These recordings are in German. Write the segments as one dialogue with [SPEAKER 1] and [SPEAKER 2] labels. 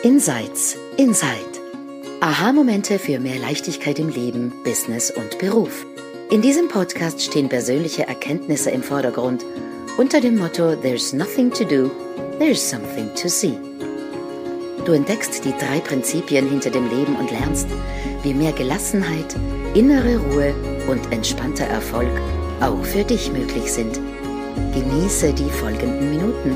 [SPEAKER 1] Insights Inside. Aha-Momente für mehr Leichtigkeit im Leben, Business und Beruf. In diesem Podcast stehen persönliche Erkenntnisse im Vordergrund unter dem Motto There's nothing to do, there's something to see. Du entdeckst die 3 Prinzipien hinter dem Leben und lernst, wie mehr Gelassenheit, innere Ruhe und entspannter Erfolg auch für dich möglich sind. Genieße die folgenden Minuten.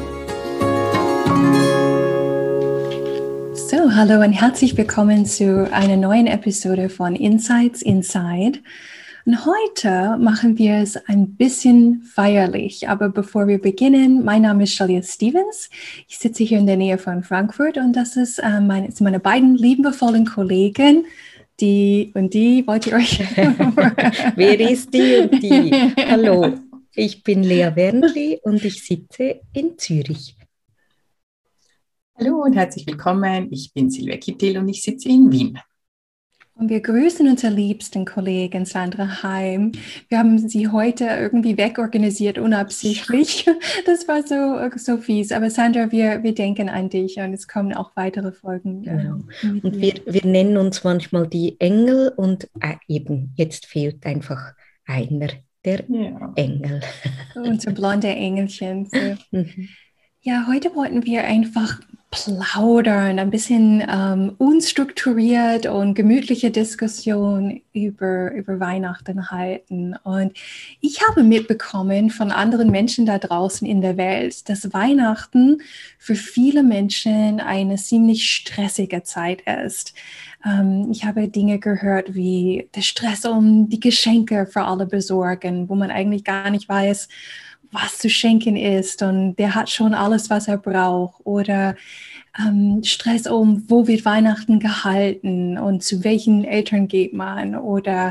[SPEAKER 2] So, hallo und herzlich willkommen zu einer neuen Episode von Insights Inside. Und heute machen wir es ein bisschen feierlich. Aber bevor wir beginnen, mein Name ist Shalia Stevens. Ich sitze hier in der Nähe von Frankfurt und das ist meine beiden liebevollen Kollegen. Die wollt ihr euch...
[SPEAKER 3] Wer ist die und die? Hallo, ich bin Lea Wernli und ich sitze in Zürich.
[SPEAKER 4] Hallo und herzlich willkommen. Ich bin Silvia Kittel und ich sitze in Wien.
[SPEAKER 2] Und wir grüßen unsere liebsten Kollegen Sandra Heim. Wir haben sie heute irgendwie wegorganisiert, unabsichtlich. Das war so fies. Aber Sandra, wir denken an dich und es kommen auch weitere Folgen.
[SPEAKER 3] Genau. Und wir nennen uns manchmal die Engel und eben jetzt fehlt einfach einer, der Engel.
[SPEAKER 2] Unser blonde Engelchen. So. Ja, heute wollten wir einfach plaudern, ein bisschen unstrukturiert und gemütliche Diskussion über Weihnachten halten. Und ich habe mitbekommen von anderen Menschen da draußen in der Welt, dass Weihnachten für viele Menschen eine ziemlich stressige Zeit ist. Ich habe Dinge gehört wie der Stress um die Geschenke für alle besorgen, wo man eigentlich gar nicht weiß, was zu schenken ist und der hat schon alles, was er braucht. Oder Stress um, wo wird Weihnachten gehalten und zu welchen Eltern geht man. Oder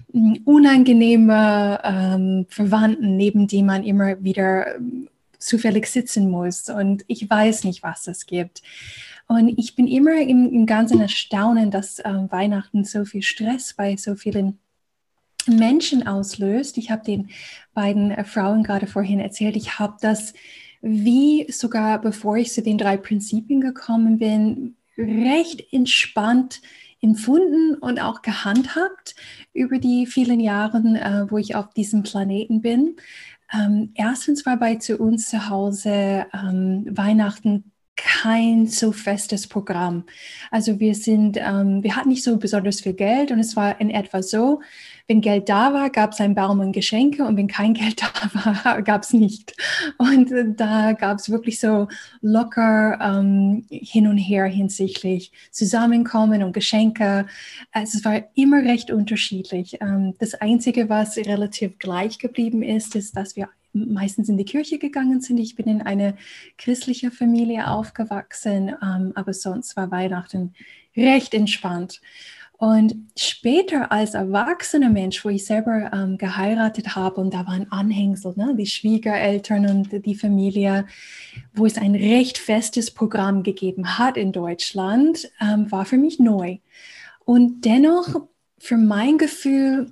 [SPEAKER 2] unangenehme Verwandten, neben die man immer wieder zufällig sitzen muss. Und ich weiß nicht, was es gibt. Und ich bin immer im Ganzen erstaunt, dass Weihnachten so viel Stress bei so vielen Menschen auslöst. Ich habe den beiden Frauen gerade vorhin erzählt, ich habe das, wie sogar bevor ich zu den 3 Prinzipien gekommen bin, recht entspannt empfunden und auch gehandhabt über die vielen Jahre, wo ich auf diesem Planeten bin. Erstens war zu uns zu Hause Weihnachten kein so festes Programm. Also wir hatten nicht so besonders viel Geld und es war in etwa so, wenn Geld da war, gab es einen Baum und Geschenke und wenn kein Geld da war, gab es nicht. Und da gab es wirklich so locker hin und her hinsichtlich Zusammenkommen und Geschenke. Also es war immer recht unterschiedlich. Das Einzige, was relativ gleich geblieben ist, ist, dass wir meistens in die Kirche gegangen sind. Ich bin in eine christliche Familie aufgewachsen, aber sonst war Weihnachten recht entspannt. Und später als erwachsener Mensch, wo ich selber geheiratet habe und da waren Anhängsel, ne, die Schwiegereltern und die Familie, wo es ein recht festes Programm gegeben hat in Deutschland, war für mich neu. Und dennoch, für mein Gefühl,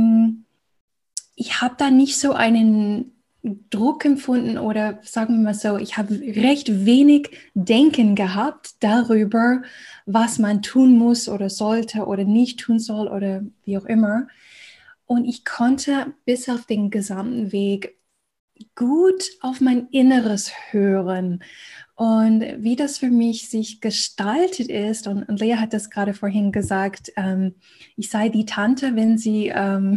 [SPEAKER 2] ich habe da nicht so einen Druck empfunden oder sagen wir mal so, ich habe recht wenig Denken gehabt darüber, was man tun muss oder sollte oder nicht tun soll oder wie auch immer. Und ich konnte bis auf den gesamten Weg gut auf mein Inneres hören. Und wie das für mich sich gestaltet ist, und Lea hat das gerade vorhin gesagt, ich sei die Tante, wenn sie,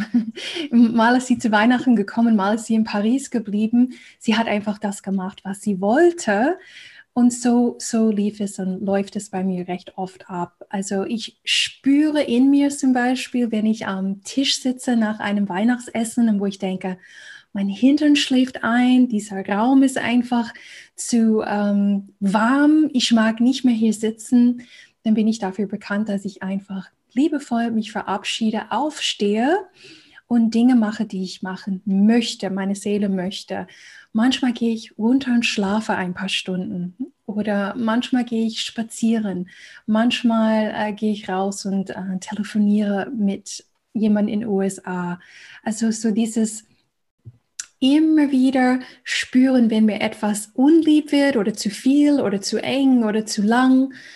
[SPEAKER 2] mal ist sie zu Weihnachten gekommen, mal ist sie in Paris geblieben. Sie hat einfach das gemacht, was sie wollte. Und so lief es und läuft es bei mir recht oft ab. Also ich spüre in mir zum Beispiel, wenn ich am Tisch sitze nach einem Weihnachtsessen, wo ich denke, mein Hintern schläft ein, dieser Raum ist einfach zu warm, ich mag nicht mehr hier sitzen, dann bin ich dafür bekannt, dass ich einfach liebevoll mich verabschiede, aufstehe und Dinge mache, die ich machen möchte, meine Seele möchte. Manchmal gehe ich runter und schlafe ein paar Stunden oder manchmal gehe ich spazieren, manchmal gehe ich raus und telefoniere mit jemandem in den USA. Also so dieses immer wieder spüren, wenn mir etwas unlieb wird oder zu viel oder zu eng oder zu lang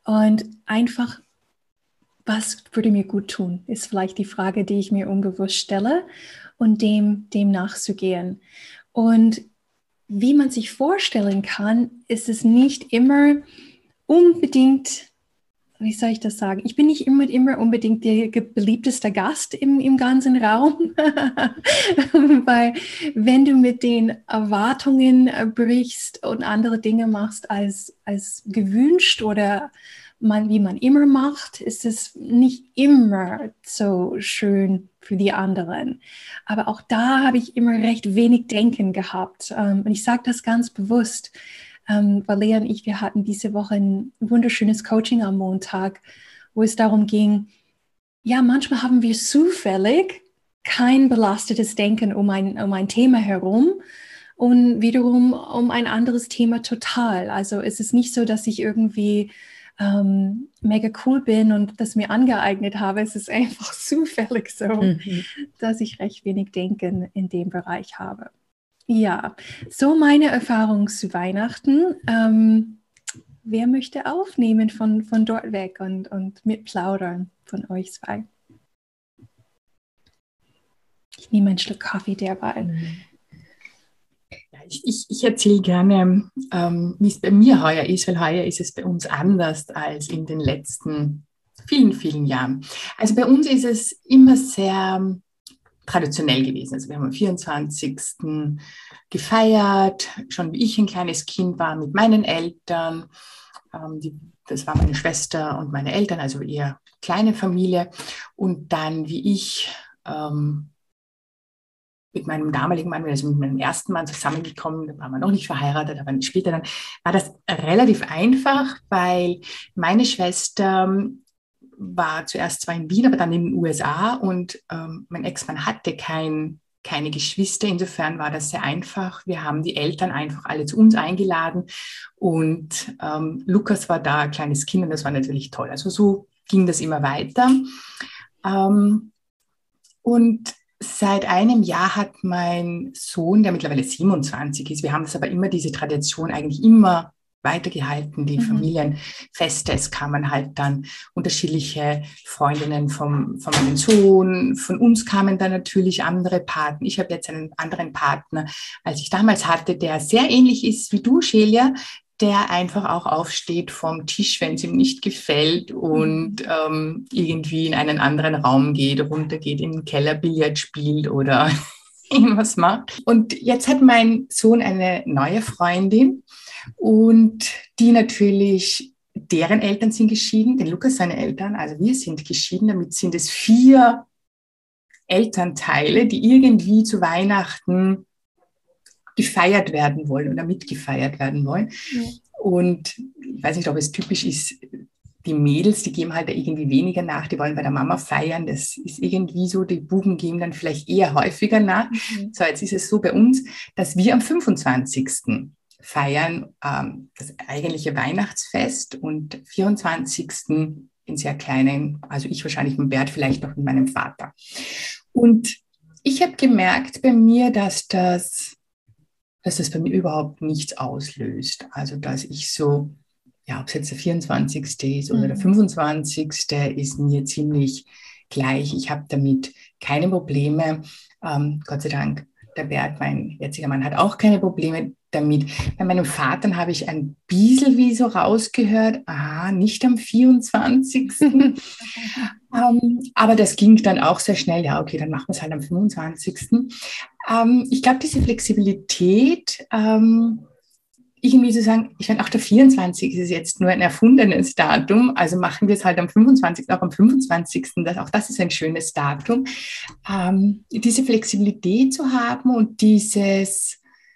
[SPEAKER 2] Und einfach, was würde mir gut tun, ist vielleicht die Frage, die ich mir unbewusst stelle und dem nachzugehen. Und wie man sich vorstellen kann, ist es nicht immer unbedingt, wie soll ich das sagen? Ich bin nicht immer unbedingt der beliebteste Gast im ganzen Raum, weil wenn du mit den Erwartungen brichst und andere Dinge machst als gewünscht oder wie man immer macht, ist es nicht immer so schön für die anderen. Aber auch da habe ich immer recht wenig Denken gehabt. Und ich sage das ganz bewusst, weil Lea und ich, wir hatten diese Woche ein wunderschönes Coaching am Montag, wo es darum ging, ja, manchmal haben wir zufällig kein belastetes Denken um ein Thema herum und wiederum um ein anderes Thema total. Also es ist nicht so, dass ich irgendwie mega cool bin und das mir angeeignet habe. Es ist einfach zufällig so, dass ich recht wenig Denken in dem Bereich habe. Ja, so meine Erfahrung zu Weihnachten. Wer möchte aufnehmen von dort weg und mitplaudern von euch zwei? Ich nehme einen Schluck Kaffee derweil.
[SPEAKER 4] Ja, ich erzähle gerne, wie es bei mir heuer ist, weil heuer ist es bei uns anders als in den letzten vielen, vielen Jahren. Also bei uns ist es immer sehr traditionell gewesen. Also wir haben am 24. gefeiert, schon wie ich ein kleines Kind war mit meinen Eltern. Das war meine Schwester und meine Eltern, also eher kleine Familie. Und dann, wie ich mit meinem damaligen Mann, also mit meinem ersten Mann zusammengekommen, da waren wir noch nicht verheiratet, aber später dann war das relativ einfach, weil meine Schwester war zuerst zwar in Wien, aber dann in den USA und mein Ex-Mann hatte keine Geschwister, insofern war das sehr einfach. Wir haben die Eltern einfach alle zu uns eingeladen und Lukas war da, ein kleines Kind und das war natürlich toll. Also so ging das immer weiter. Und seit einem Jahr hat mein Sohn, der mittlerweile 27 ist, wir haben das aber immer, diese Tradition eigentlich immer weitergehalten, die Familienfeste. Es kamen halt dann unterschiedliche Freundinnen von meinem Sohn. Von uns kamen dann natürlich andere Partner. Ich habe jetzt einen anderen Partner, als ich damals hatte, der sehr ähnlich ist wie du, Shelia, der einfach auch aufsteht vom Tisch, wenn es ihm nicht gefällt und irgendwie in einen anderen Raum geht, runtergeht, in den Keller Billard spielt oder irgendwas macht. Und jetzt hat mein Sohn eine neue Freundin und die natürlich, deren Eltern sind geschieden, den Lukas seine Eltern, also wir sind geschieden, damit sind es 4 Elternteile, die irgendwie zu Weihnachten gefeiert werden wollen oder mitgefeiert werden wollen. Ja. Und ich weiß nicht, ob es typisch ist, die Mädels, die geben halt irgendwie weniger nach, die wollen bei der Mama feiern, das ist irgendwie so, die Buben geben dann vielleicht eher häufiger nach. So, jetzt ist es so bei uns, dass wir am 25. feiern das eigentliche Weihnachtsfest und 24. in sehr kleinen, also ich wahrscheinlich mit Bert, vielleicht noch mit meinem Vater. Und ich habe gemerkt bei mir, dass das bei mir überhaupt nichts auslöst. Also dass ich so, ja, ob es jetzt der 24. ist oder der 25. ist mir ziemlich gleich. Ich habe damit keine Probleme. Gott sei Dank, der Bert, mein jetziger Mann, hat auch keine Probleme damit. Bei meinem Vater habe ich ein bisschen wie so rausgehört, nicht am 24. Aber das ging dann auch sehr schnell. Ja, okay, dann machen wir es halt am 25. Ich glaube, diese Flexibilität, irgendwie zu sagen, ich meine, auch der 24. ist jetzt nur ein erfundenes Datum, also machen wir es halt am 25., auch am 25., auch das ist ein schönes Datum. Diese Flexibilität zu haben und dieses,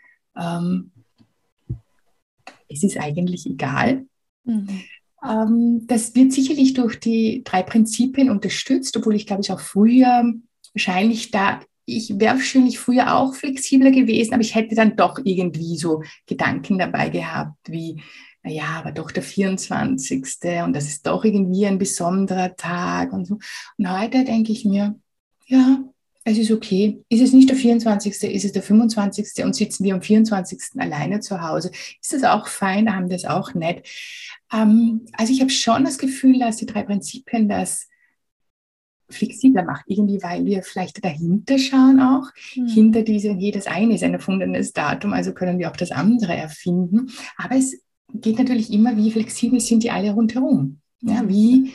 [SPEAKER 4] es ist eigentlich egal. Das wird sicherlich durch die 3 Prinzipien unterstützt, obwohl ich glaube, ich auch früher wahrscheinlich ich wäre wahrscheinlich früher auch flexibler gewesen, aber ich hätte dann doch irgendwie so Gedanken dabei gehabt, wie, naja, aber doch der 24. und das ist doch irgendwie ein besonderer Tag und so. Und heute denke ich mir, ja, es ist okay. Ist es nicht der 24., ist es der 25. und sitzen wir am 24. alleine zu Hause, ist das auch fein, da haben wir es auch nett. Also ich habe schon das Gefühl, dass die 3 Prinzipien das flexibler macht, irgendwie, weil wir vielleicht dahinter schauen auch, hinter diesem, jedes eine ist ein erfundenes Datum, also können wir auch das andere erfinden. Aber es geht natürlich immer, wie flexibel sind die alle rundherum? Ja,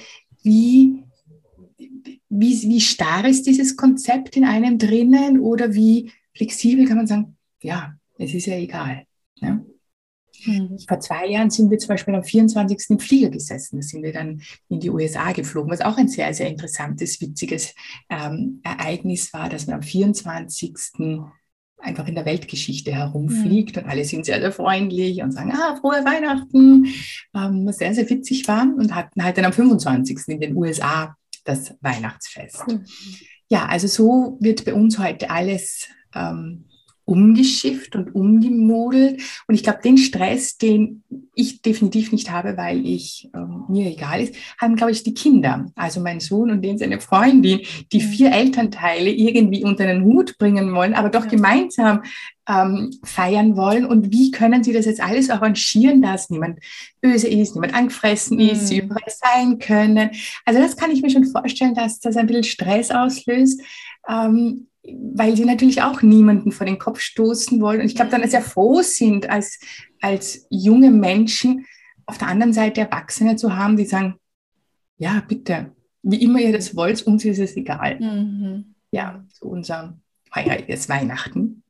[SPEAKER 4] wie starr ist dieses Konzept in einem drinnen oder wie flexibel kann man sagen, ja, es ist ja egal. Ne? Vor 2 Jahren sind wir zum Beispiel am 24. im Flieger gesessen. Da sind wir dann in die USA geflogen, was auch ein sehr, sehr interessantes, witziges Ereignis war, dass man am 24. einfach in der Weltgeschichte herumfliegt und alle sind sehr, sehr freundlich und sagen, frohe Weihnachten, was sehr, sehr witzig war und hatten halt dann am 25. in den USA das Weihnachtsfest. Ja, also so wird bei uns heute alles umgeschifft und umgemodelt. Und ich glaube, den Stress, den ich definitiv nicht habe, weil mir egal ist, haben, glaube ich, die Kinder. Also mein Sohn und seine Freundin, die 4 Elternteile irgendwie unter einen Hut bringen wollen, aber doch gemeinsam feiern wollen. Und wie können sie das jetzt alles arrangieren, dass niemand böse ist, niemand angefressen ist, sie überall sein können. Also das kann ich mir schon vorstellen, dass das ein bisschen Stress auslöst. Weil sie natürlich auch niemanden vor den Kopf stoßen wollen. Und ich glaube, dann sehr froh sind, als junge Menschen auf der anderen Seite Erwachsene zu haben, die sagen, ja, bitte, wie immer ihr das wollt, uns ist es egal. Ja, zu unserem heuriges Weihnachten.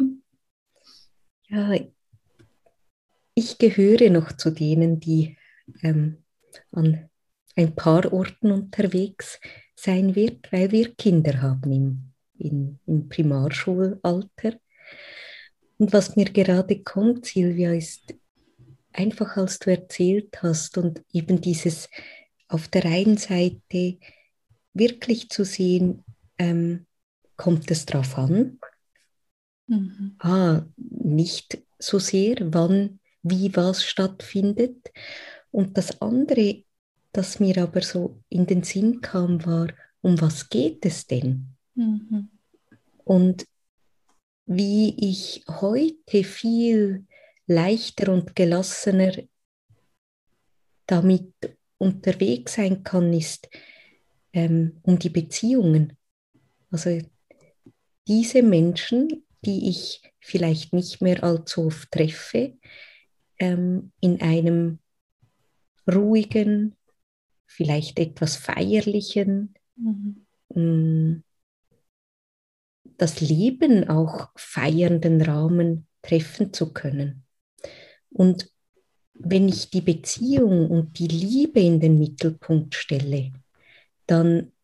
[SPEAKER 3] Ja, ich gehöre noch zu denen, die an ein paar Orten unterwegs sein wird, weil wir Kinder haben im Primarschulalter. Und was mir gerade kommt, Silvia, ist einfach, als du erzählt hast und eben dieses auf der einen Seite wirklich zu sehen, kommt es drauf an? Nicht so sehr, wann, wie, was stattfindet. Und das andere, das mir aber so in den Sinn kam, war, um was geht es denn? Und wie ich heute viel leichter und gelassener damit unterwegs sein kann, ist um die Beziehungen. Also diese Menschen, die ich vielleicht nicht mehr allzu oft treffe, in einem ruhigen, vielleicht etwas feierlichen, das Leben auch feiernden Rahmen treffen zu können. Und wenn ich die Beziehung und die Liebe in den Mittelpunkt stelle, dann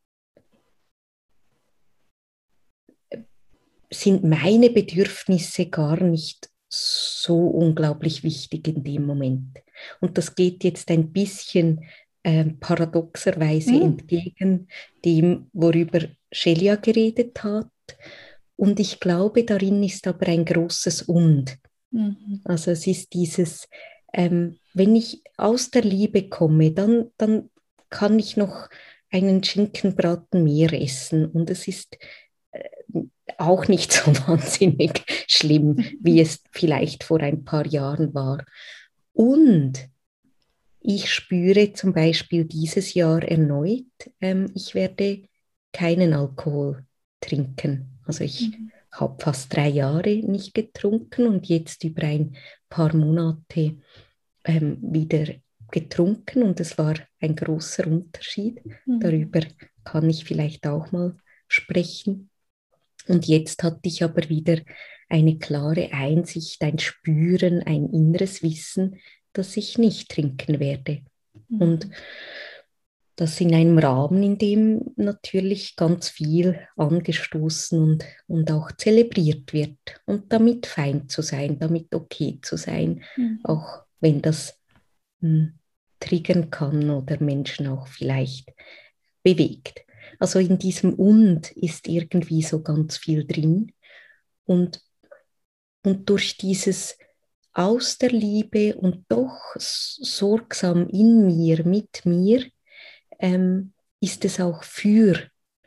[SPEAKER 3] sind meine Bedürfnisse gar nicht so unglaublich wichtig in dem Moment. Und das geht jetzt ein bisschen paradoxerweise entgegen dem, worüber Shelia geredet hat. Und ich glaube, darin ist aber ein großes Und. Also es ist dieses, wenn ich aus der Liebe komme, dann kann ich noch einen Schinkenbraten mehr essen. Und es ist auch nicht so wahnsinnig schlimm, wie es vielleicht vor ein paar Jahren war. Und ich spüre zum Beispiel dieses Jahr erneut, ich werde keinen Alkohol trinken. Also ich habe fast 3 Jahre nicht getrunken und jetzt über ein paar Monate wieder getrunken und es war ein großer Unterschied. Darüber kann ich vielleicht auch mal sprechen. Und jetzt hatte ich aber wieder eine klare Einsicht, ein Spüren, ein inneres Wissen, dass ich nicht trinken werde. Und das in einem Rahmen, in dem natürlich ganz viel angestoßen und auch zelebriert wird. Und damit fein zu sein, damit okay zu sein, auch wenn das triggern kann oder Menschen auch vielleicht bewegt. Also in diesem Und ist irgendwie so ganz viel drin. Und durch dieses aus der Liebe und doch sorgsam in mir, mit mir, ist es auch für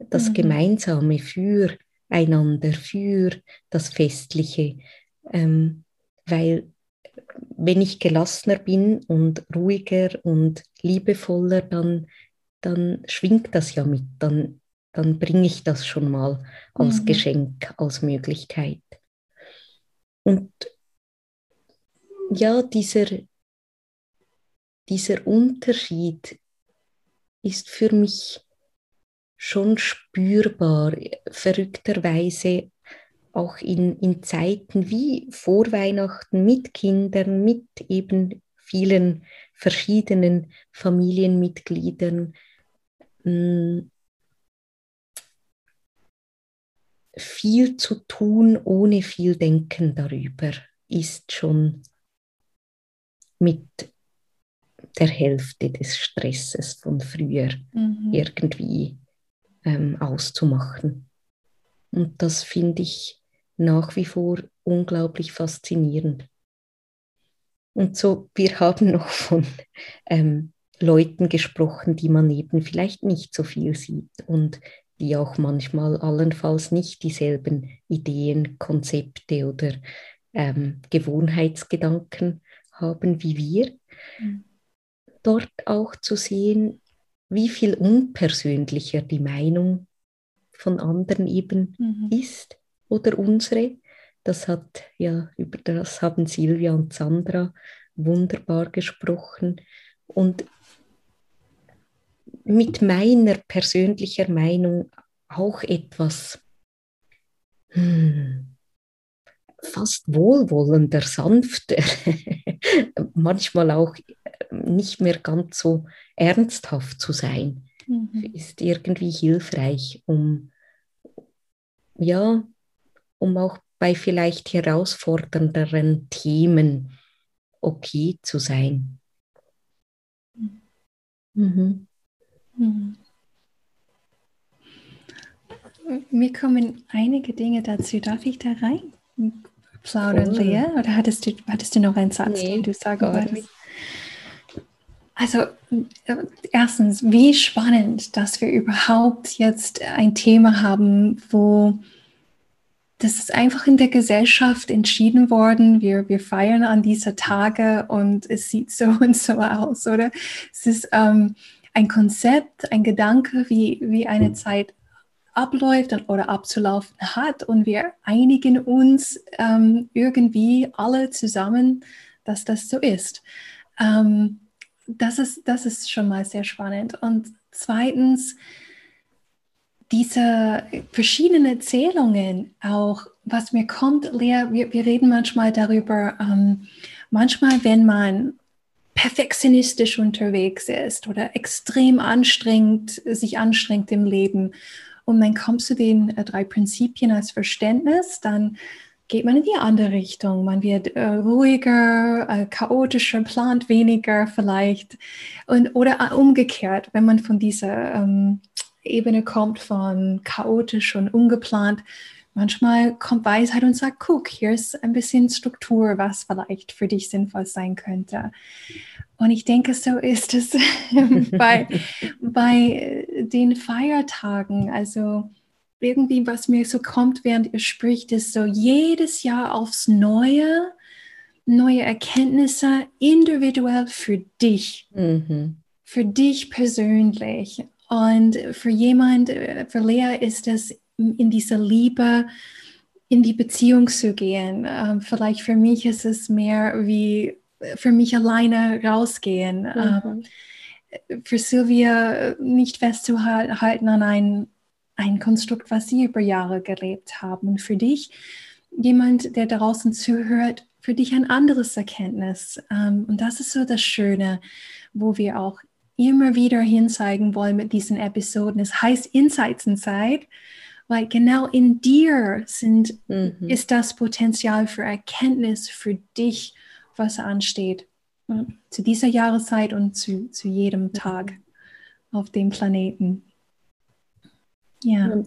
[SPEAKER 3] das Gemeinsame füreinander, für das Festliche. Weil wenn ich gelassener bin und ruhiger und liebevoller, dann schwingt das ja mit, dann bringe ich das schon mal als Geschenk, als Möglichkeit. Und ja, dieser Unterschied ist für mich schon spürbar, verrückterweise auch in Zeiten wie vor Weihnachten mit Kindern, mit eben vielen verschiedenen Familienmitgliedern. Viel zu tun, ohne viel Denken darüber, ist schon mit der Hälfte des Stresses von früher irgendwie auszumachen. Und das finde ich nach wie vor unglaublich faszinierend. Und so, wir haben noch von Leuten gesprochen, die man eben vielleicht nicht so viel sieht und die auch manchmal allenfalls nicht dieselben Ideen, Konzepte oder Gewohnheitsgedanken haben wie wir. Dort auch zu sehen, wie viel unpersönlicher die Meinung von anderen eben ist oder unsere. Über das haben Silvia und Sandra wunderbar gesprochen. Und mit meiner persönlichen Meinung auch etwas fast wohlwollender, sanfter, manchmal auch nicht mehr ganz so ernsthaft zu sein, ist irgendwie hilfreich, um auch bei vielleicht herausfordernderen Themen okay zu sein.
[SPEAKER 2] Mir kommen einige Dinge dazu. Darf ich da rein plaudern, Lea? Oder hattest du noch einen Satz, den du sagen wolltest? Also erstens, wie spannend, dass wir überhaupt jetzt ein Thema haben, wo das ist einfach in der Gesellschaft entschieden worden. Wir feiern an dieser Tage und es sieht so und so aus, oder? Es ist ein Konzept, ein Gedanke, wie eine Zeit abläuft oder abzulaufen hat, und wir einigen uns irgendwie alle zusammen, dass das so ist. Das ist schon mal sehr spannend. Und zweitens, diese verschiedenen Erzählungen auch, was mir kommt, Lea, wir reden manchmal darüber, manchmal, wenn man perfektionistisch unterwegs ist oder extrem sich anstrengt im Leben und dann kommt zu den 3 Prinzipien als Verständnis, dann geht man in die andere Richtung. Man wird ruhiger, chaotischer, plant weniger vielleicht. Oder umgekehrt, wenn man von dieser Ebene kommt von chaotisch und ungeplant. Manchmal kommt Weisheit und sagt, guck, hier ist ein bisschen Struktur, was vielleicht für dich sinnvoll sein könnte. Und ich denke, so ist es bei den Feiertagen. Also irgendwie, was mir so kommt, während ihr spricht, ist so jedes Jahr aufs neue Erkenntnisse individuell für dich. Für dich persönlich. Und für für Lea ist es in dieser Liebe, in die Beziehung zu gehen. Vielleicht für mich ist es mehr wie für mich alleine rausgehen. Für Silvia nicht festzuhalten an ein Konstrukt, was sie über Jahre gelebt haben. Und für dich, jemand, der draußen zuhört, für dich ein anderes Erkenntnis. Und das ist so das Schöne, wo wir auch immer wieder hinzeigen wollen mit diesen Episoden. Es heißt Insights Inside, weil genau in dir ist das Potenzial für Erkenntnis für dich, was ansteht. Zu dieser Jahreszeit und zu jedem Tag auf dem Planeten. Ja.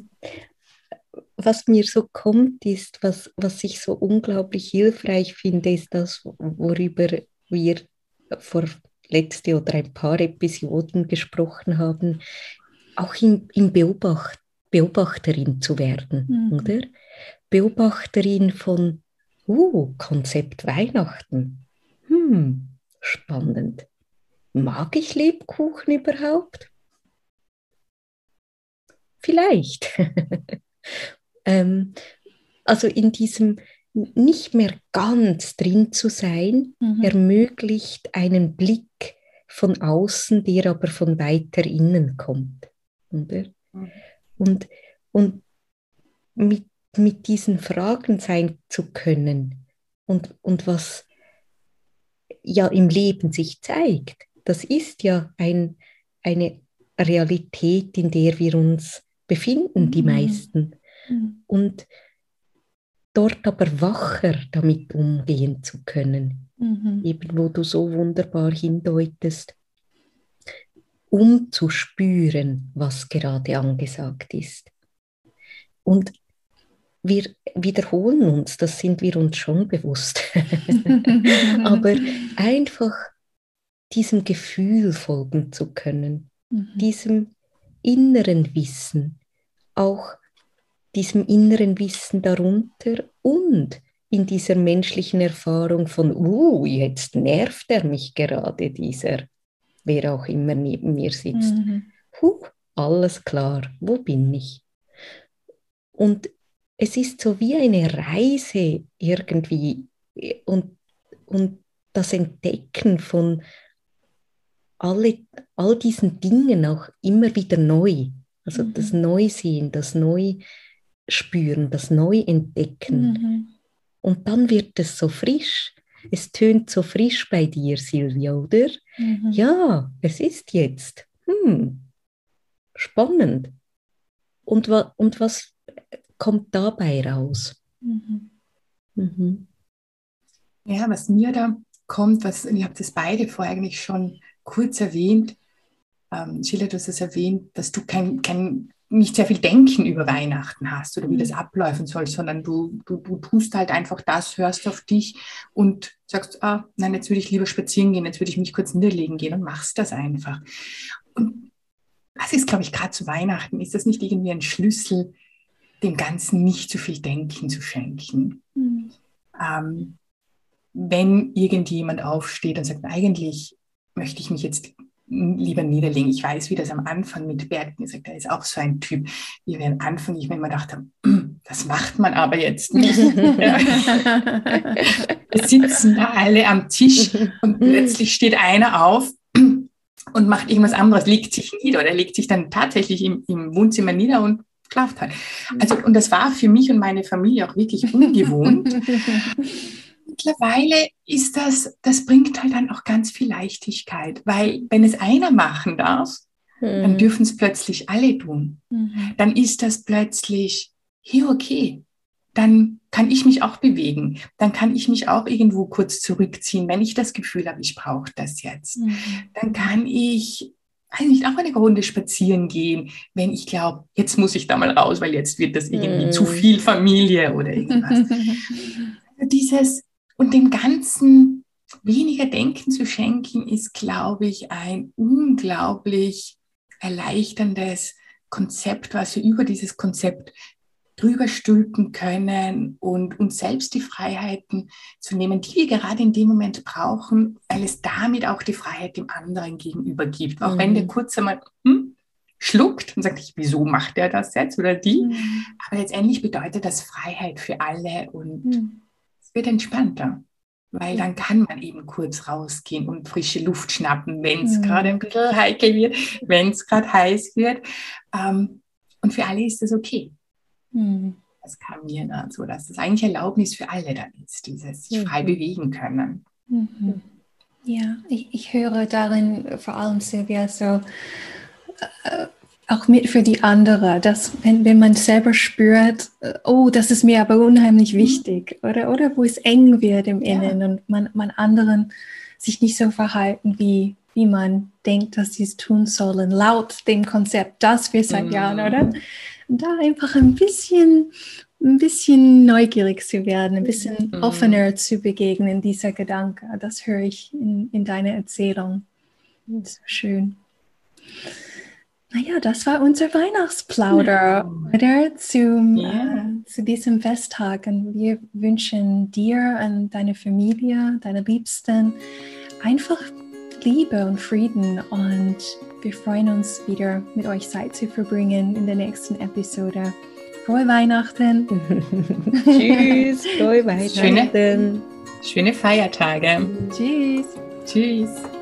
[SPEAKER 3] Was mir so kommt, ist, was ich so unglaublich hilfreich finde, ist das, worüber wir vor letzte oder ein paar Episoden gesprochen haben, auch im Beobachterin zu werden, oder? Beobachterin von, Konzept Weihnachten. Spannend. Mag ich Lebkuchen überhaupt? Vielleicht. Also in diesem nicht mehr ganz drin zu sein, ermöglicht einen Blick von außen, der aber von weiter innen kommt. Oder? Und mit diesen Fragen sein zu können und was ja im Leben sich zeigt, das ist ja eine Realität, in der wir uns befinden, die meisten. Und dort aber wacher damit umgehen zu können, eben wo du so wunderbar hindeutest, um zu spüren, was gerade angesagt ist. Und wir wiederholen uns, das sind wir uns schon bewusst, aber einfach diesem Gefühl folgen zu können, diesem inneren Wissen, auch diesem inneren Wissen darunter und in dieser menschlichen Erfahrung von, jetzt nervt er mich gerade, dieser, wer auch immer neben mir sitzt. Alles klar, wo bin ich? Und es ist so wie eine Reise irgendwie und das Entdecken von all diesen Dingen auch immer wieder neu. Also das Neusehen, das Neuspüren, das Neuentdecken. Und dann wird es so frisch. Es tönt so frisch bei dir, Silvia, oder? Ja, es ist jetzt. Spannend. Und was kommt dabei raus?
[SPEAKER 4] Ja, was mir da kommt, ihr habt es beide vorher eigentlich schon kurz erwähnt, Sheila, du hast es erwähnt, dass du nicht sehr viel Denken über Weihnachten hast oder wie das abläufen soll, sondern du tust halt einfach das, hörst auf dich und sagst, nein, jetzt würde ich lieber spazieren gehen, jetzt würde ich mich kurz niederlegen gehen und machst das einfach. Und das ist, glaube ich, gerade zu Weihnachten, ist das nicht irgendwie ein Schlüssel, dem Ganzen nicht zu viel Denken zu schenken? Wenn irgendjemand aufsteht und sagt, eigentlich möchte ich mich jetzt lieber niederlegen. Ich weiß, wie das am Anfang mit Bert gesagt hat, er ist auch so ein Typ, wie wir am Anfang, ich mir immer gedacht habe, das macht man aber jetzt nicht. Wir sitzen da alle am Tisch und plötzlich steht einer auf und macht irgendwas anderes, legt sich nieder oder legt sich dann tatsächlich im Wohnzimmer nieder und schlaft halt. Also, und das war für mich und meine Familie auch wirklich ungewohnt. Mittlerweile ist das bringt halt dann auch ganz viel Leichtigkeit, weil wenn es einer machen darf, dann dürfen es plötzlich alle tun. Dann ist das plötzlich, hier okay, dann kann ich mich auch bewegen, dann kann ich mich auch irgendwo kurz zurückziehen, wenn ich das Gefühl habe, ich brauche das jetzt. Dann kann ich, weiß nicht, auch eine Runde spazieren gehen, wenn ich glaube, jetzt muss ich da mal raus, weil jetzt wird das irgendwie zu viel Familie oder irgendwas. Also und dem Ganzen weniger Denken zu schenken, ist, glaube ich, ein unglaublich erleichterndes Konzept, was wir über dieses Konzept drüber stülpen können und uns selbst die Freiheiten zu nehmen, die wir gerade in dem Moment brauchen, weil es damit auch die Freiheit dem anderen gegenüber gibt. Auch wenn der kurz einmal schluckt und sagt, wieso macht der das jetzt oder die? Aber letztendlich bedeutet das Freiheit für alle und es wird entspannter, weil dann kann man eben kurz rausgehen und frische Luft schnappen, wenn es gerade ein bisschen heikel wird, wenn es gerade heiß wird. Und für alle ist das okay. Das kam mir dann so, dass das eigentlich Erlaubnis für alle dann ist, dieses sich frei bewegen können.
[SPEAKER 2] Ja, ich höre darin vor allem, Silvia, so auch für die andere, dass wenn man selber spürt, das ist mir aber unheimlich wichtig, oder wo es eng wird im Innen und man anderen sich nicht so verhalten, wie man denkt, dass sie es tun sollen, laut dem Konzept, das wir seit Jahren, oder? Und da einfach ein bisschen neugierig zu werden, ein bisschen offener zu begegnen, dieser Gedanke. Das höre ich in deiner Erzählung. So schön. Naja, das war unser Weihnachtsplauder, oder? Zu diesem Festtag. Und wir wünschen dir und deiner Familie, deiner Liebsten einfach Liebe und Frieden. Und wir freuen uns wieder, mit euch Zeit zu verbringen in der nächsten Episode. Frohe Weihnachten.
[SPEAKER 3] Tschüss, frohe Weihnachten.
[SPEAKER 4] Schöne Feiertage.
[SPEAKER 2] Tschüss.
[SPEAKER 4] Tschüss.